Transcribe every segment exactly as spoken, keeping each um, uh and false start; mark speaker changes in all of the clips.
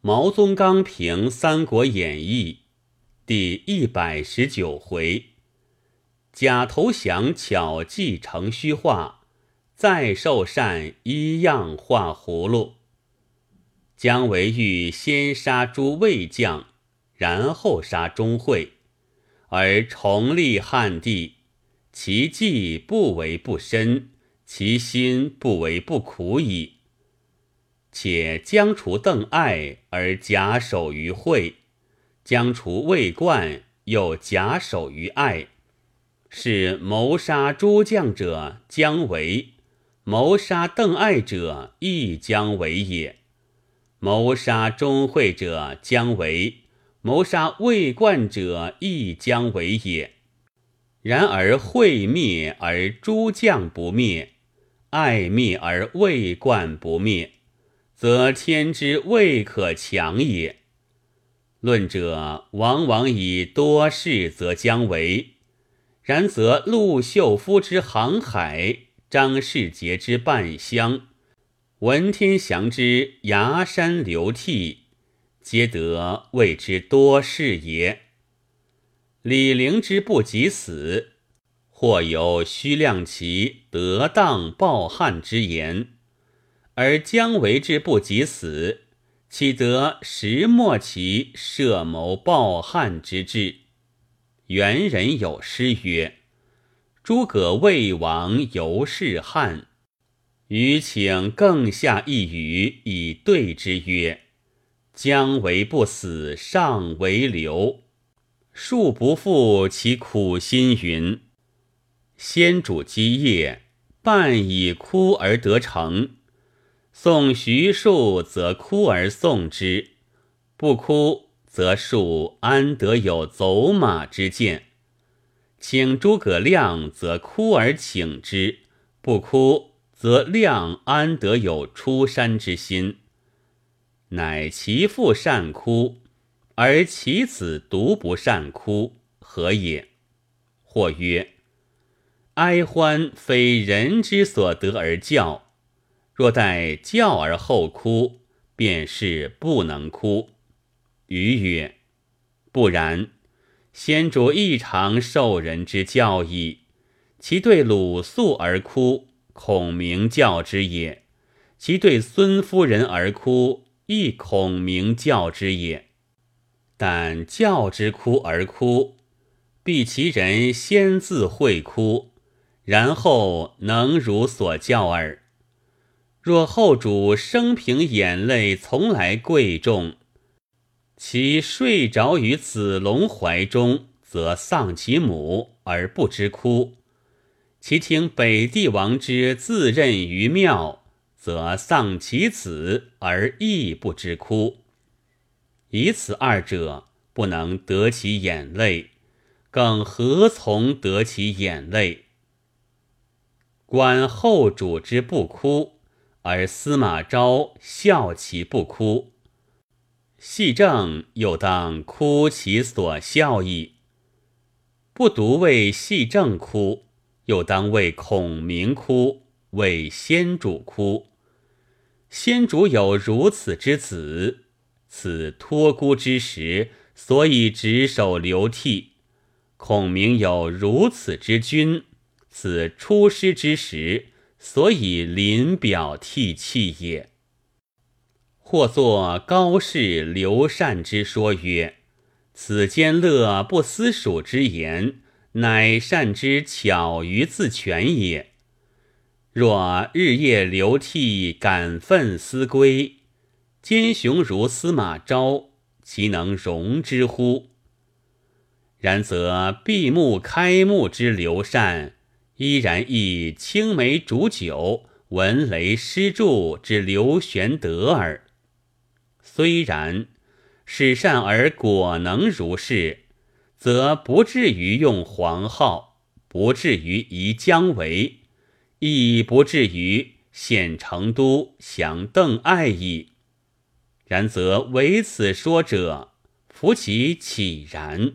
Speaker 1: 毛宗刚评《三国演义》第一百十九回：假投降巧计成虚话，再受禅一样画葫芦。姜维欲先杀诸魏将，然后杀钟会，而重立汉帝，其计不为不深，其心不为不苦矣。且将除邓艾而假手于会，将除魏冠又假手于艾，是谋杀诸将者姜维，谋杀邓艾者亦姜维也；谋杀钟会者姜维，谋杀魏冠者亦姜维也。然而会灭而诸将不灭，艾灭而魏冠不灭，则天之未可强也。论者往往以多事责姜维，然则陆秀夫之航海，张世杰之半乡，文天祥之崖山流涕，皆得谓之多事也。李陵之不及死，或有虚量其得当报汉之言，而姜维之不及死，岂得实莫其设谋报汉之志？元人有诗曰：诸葛魏王犹是汉，余请更下一语以对之曰：姜维不死尚为留，庶不负其苦心云。先主基业，半以哭而得成，宋徐庶则哭而送之，不哭则庶安得有走马之见？请诸葛亮则哭而请之，不哭则亮安得有出山之心？乃其父善哭，而其子独不善哭，何也？或曰：哀欢非人之所得而教，若待教而后哭，便是不能哭。余曰：不然，先主亦常受人之教矣。其对鲁肃而哭，孔明教之也；其对孙夫人而哭，亦孔明教之也。但教之哭而哭，必其人先自会哭，然后能如所教耳。若后主生平眼泪从来贵重，其睡着于子龙怀中，则丧其母而不知哭；其听北帝王之自任于庙，则丧其子而亦不知哭。以此二者不能得其眼泪，更何从得其眼泪？观后主之不哭，而司马昭笑其不哭，戏正又当哭其所笑矣。不独为戏正哭，又当为孔明哭，为先主哭。先主有如此之子，此托孤之时，所以执手流涕；孔明有如此之君，此出师之时，所以临表涕泣也。或作高士刘禅之说曰：此间乐不思蜀之言，乃善之巧于自全也。若日夜流涕感愤思归，奸雄如司马昭，其能容之乎？然则闭目开目之刘禅，依然亦青梅煮酒，闻雷施柱之刘玄德耳。虽然，使善而果能如是，则不至于用黄皓，不至于疑姜维，亦不至于献成都降邓艾矣。然则为此说者，夫其岂然？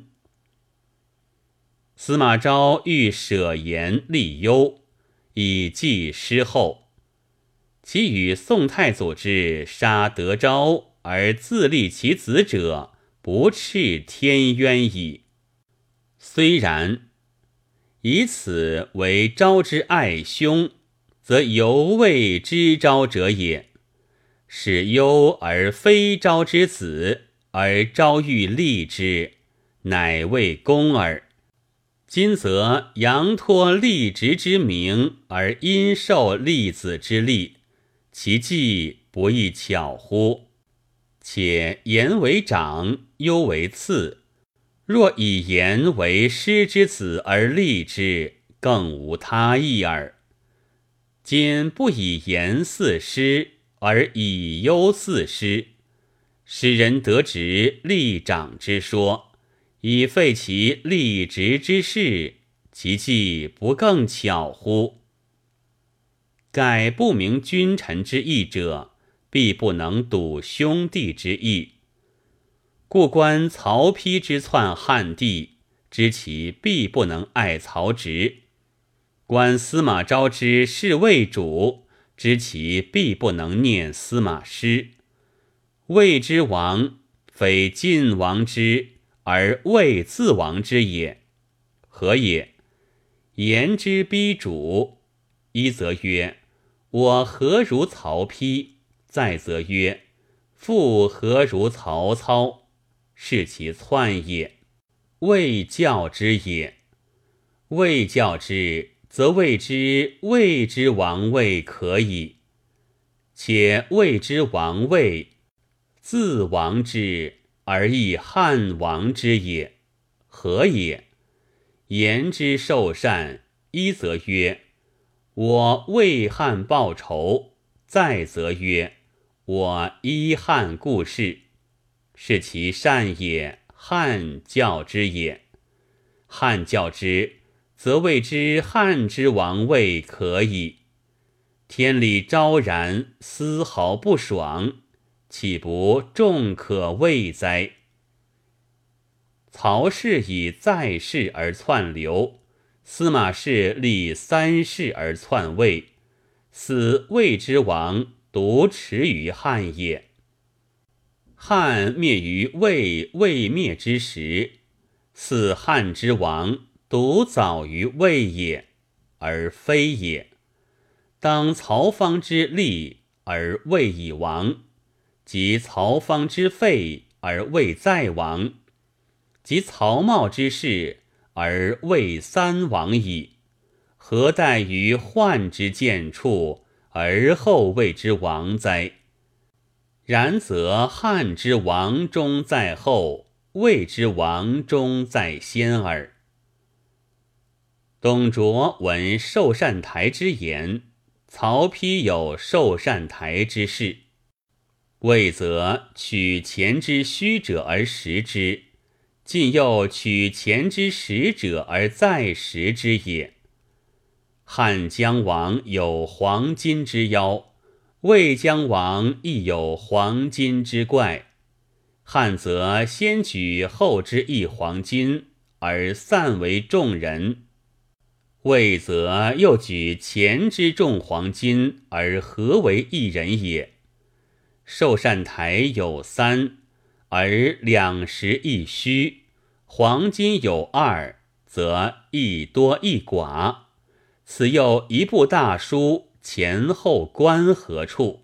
Speaker 1: 司马昭欲舍言立忧，以继师后。其与宋太祖之杀德昭， 而自立其子者，不啻天渊矣。虽然，以此为昭之爱兄，则犹未知昭者也。使忧而非昭之子，而昭欲立之，乃为公耳。今则阳托立直之名，而因受立子之利，其计不亦巧乎？且言为长，忧为次，若以言为师之子而立之，更无他意耳。今不以言嗣师，而以忧嗣师，使人得直立长之说，以废其立直之事，其计不更巧乎？盖不明君臣之义者，必不能睹兄弟之义。故观曹丕之篡汉帝，知其必不能爱曹植；观司马昭之弑魏主，知其必不能念司马师。魏之亡，非晋亡之，而魏自亡之也。何也？言之逼主。一则曰：我何如曹丕？再则曰：父何如曹操？是其篡也。魏教之也。魏教之，则谓之魏之王位可矣。且魏之王位，自王之而亦汉王之也。何也？言之受禅。一则曰：我为汉报仇。再则曰：我依汉故事。是其善也，汉教之也。汉教之，则谓之汉之王位可矣。天理昭然，丝毫不爽，岂不众可畏哉？曹氏以在世而篡刘，司马氏立三世而篡魏，此魏之王独持于汉也。汉灭于魏未灭之时，似汉之王独早于魏也，而非也。当曹芳之立而魏已亡，及曹芳之废而魏再亡，及曹茂之事而魏三亡矣。何待于患之见处，而后魏之亡哉？然则汉之王终在后，魏之王终在先耳。董卓闻寿善台之言，曹丕有寿善台之事，魏则取前之虚者而实之，晋又取前之实者而再实之也。汉将王有黄金之妖，魏将王亦有黄金之怪。汉则先举后之一黄金，而散为众人；魏则又举前之众黄金，而合为一人也。寿善台有三，而两实一虚，黄金有二，则一多一寡。此又一部大书，前后关何处？